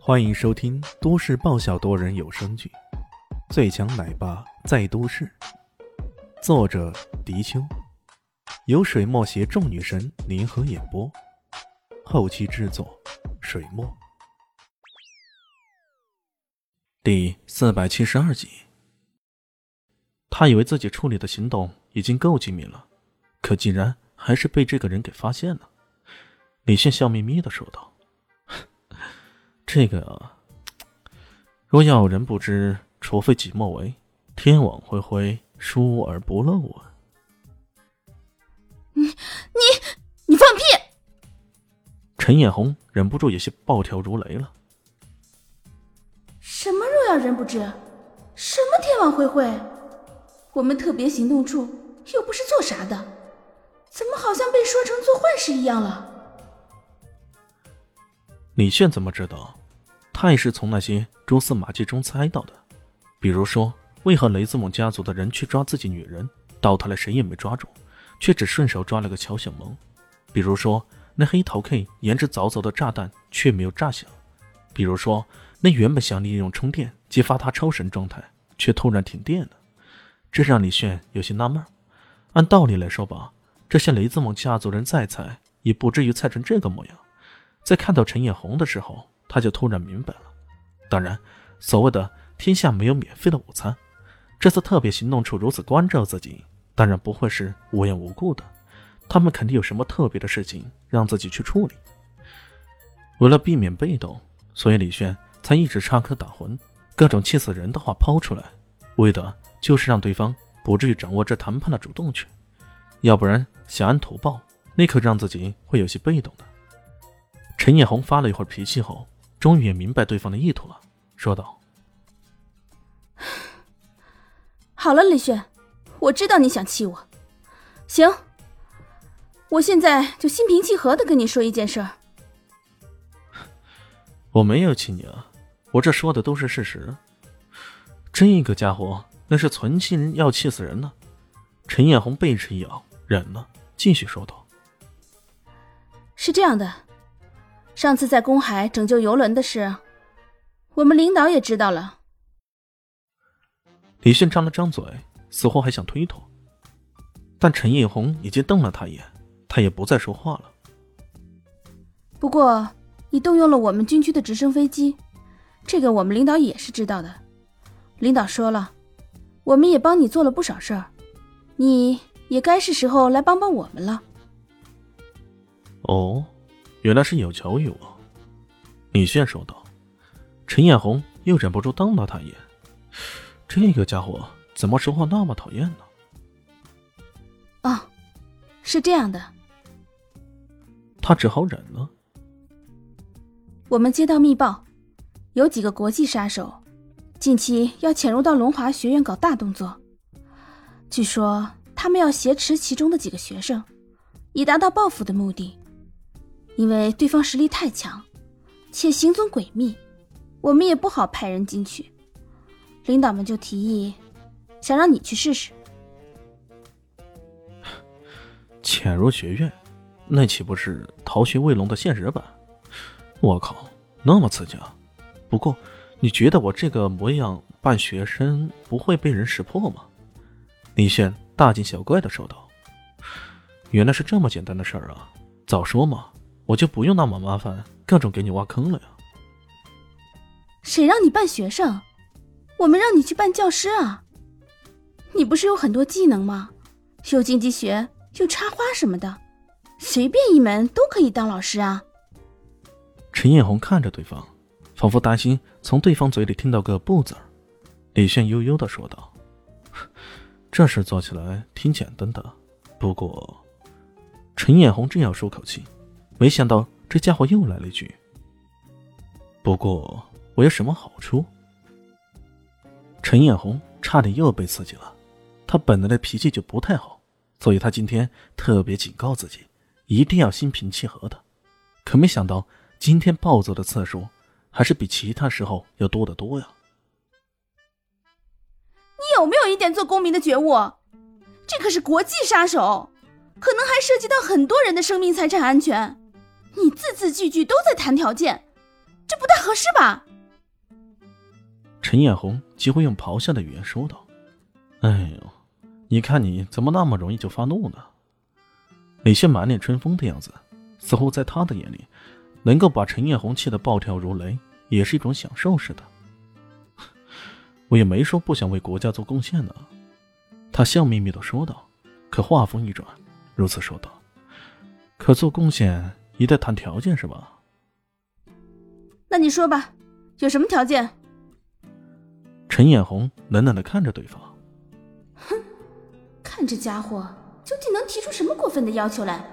欢迎收听都市爆笑多人有声剧《最强奶爸在都市》，作者：迪秋，由水墨携众女神联合演播，后期制作：水墨。第472集。他以为自己处理的行动已经够机密了，可竟然还是被这个人给发现了。李炫笑眯眯地说道：这个啊，若要有人不知，除非己莫为，天网恢恢，疏而不漏啊。 你放屁！ 陈艳红忍不住有些暴跳如雷了。 什么若要人不知？什么天网恢恢？我们特别行动处又不是做啥的，怎么好像被说成做坏事一样了？ 李炫怎么知道？他也是从那些蛛丝马迹中猜到的。比如说，为何雷兹蒙家族的人去抓自己女人，到头来谁也没抓住，却只顺手抓了个乔小萌。比如说，那黑桃 K 研制早早的炸弹却没有炸响。比如说，那原本想利用充电激发他超神状态，却突然停电了。这让李炫有些纳闷。按道理来说吧，这些雷兹蒙家族人再猜，也不至于猜成这个模样。在看到陈艳红的时候，他就突然明白了。当然，所谓的天下没有免费的午餐，这次特别行动处如此关照自己，当然不会是无缘无故的，他们肯定有什么特别的事情让自己去处理。为了避免被动，所以李炫才一直插科打诨，各种气死人的话抛出来，为的就是让对方不至于掌握这谈判的主动权，要不然想按图报，那可让自己会有些被动的。陈艳红发了一会儿脾气后，终于也明白对方的意图了，说道： 好了，李炫，我知道你想气我。行，我现在就心平气和地跟你说一件事儿。 我没有气你啊，我这说的都是事实。这个家伙那是存心要气死人呢。陈艳红背齿一咬，忍了，继续说道： 是这样的，上次在公海拯救游轮的事，我们领导也知道了。 李炫张了张嘴，似乎还想推脱，但陈艳红已经瞪了他一眼，他也不再说话了。 不过你动用了我们军区的直升飞机，这个我们领导也是知道的。领导说了，我们也帮你做了不少事儿，你也该是时候来帮帮我们了。 哦，原来是有求于我。李炫说道。陈艳红又忍不住瞪了他一眼，这个家伙怎么说话那么讨厌呢？ 哦，是这样的。 他只好忍了。 我们接到密报，有几个国际杀手近期要潜入到龙华学院搞大动作，据说他们要挟持其中的几个学生，以达到报复的目的。因为对方实力太强，且行踪诡秘，我们也不好派人进去。领导们就提议想让你去试试。 潜入学院，那岂不是逃学威龙的现实版？我靠，那么刺激啊！不过你觉得我这个模样扮学生不会被人识破吗？李炫大惊小怪地说道。原来是这么简单的事儿啊，早说嘛，我就不用那么麻烦，各种给你挖坑了呀。 谁让你扮学生？我们让你去扮教师啊。你不是有很多技能吗？有经济学，有插花什么的，随便一门都可以当老师啊。 陈艳红看着对方，仿佛担心从对方嘴里听到个不字儿。李炫悠悠地说道：这事做起来挺简单的，不过……陈艳红正要舒口气，没想到这家伙又来了一句：不过我有什么好处？陈艳红差点又被刺激了。他本来的脾气就不太好，所以他今天特别警告自己，一定要心平气和的。可没想到今天暴走的次数还是比其他时候要多得多呀。 你有没有一点做公民的觉悟？这可是国际杀手，可能还涉及到很多人的生命财产安全，你字字句句都在谈条件， 这不太合适吧？ 陈艳红几乎用咆哮的语言说道。哎呦，你看你怎么那么容易就发怒呢？李现满脸春风的样子，似乎在他的眼里，能够把陈艳红气得暴跳如雷也是一种享受似的。我也没说不想为国家做贡献呢，他笑眯眯地说道。可话锋一转，如此说道：可做贡献也得谈条件是吧？ 那你说吧，有什么条件？ 陈艳红冷冷地看着对方。 哼，看这家伙究竟能提出什么过分的要求来？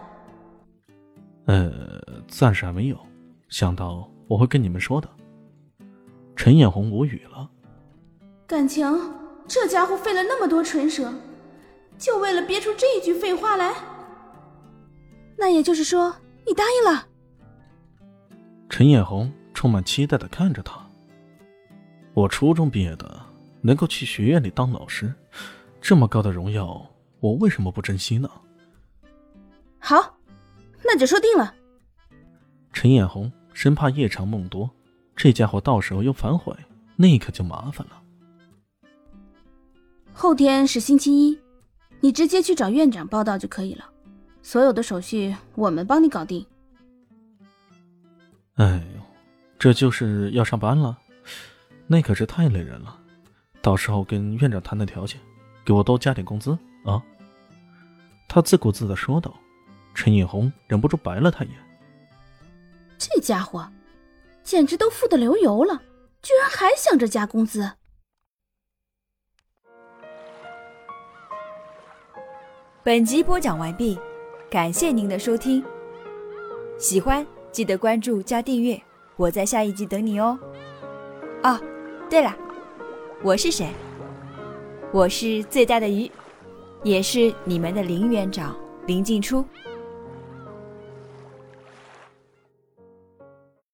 暂时还没有，想到我会跟你们说的。陈艳红无语了。 感情这家伙费了那么多唇舌，就为了憋出这一句废话来？那也就是说你答应了？ 陈艳红充满期待地看着他。我初中毕业的，能够去学院里当老师，这么高的荣耀，我为什么不珍惜呢？ 好，那就说定了。 陈艳红生怕夜长梦多，这家伙到时候又反悔，那可就麻烦了。 后天是星期一，你直接去找院长报到就可以了，所有的手续我们帮你搞定。 哎呦，这就是要上班了？那可是太累人了，到时候跟院长谈谈条件，给我多加点工资啊。他自顾自地说道。陈艳红忍不住白了他一眼。 这家伙简直都富得流油了，居然还想着加工资。 本集播讲完毕，感谢您的收听。喜欢记得关注加订阅，我在下一集等你哦。哦，对了，我是谁？我是最大的鱼，也是你们的林园长林静初。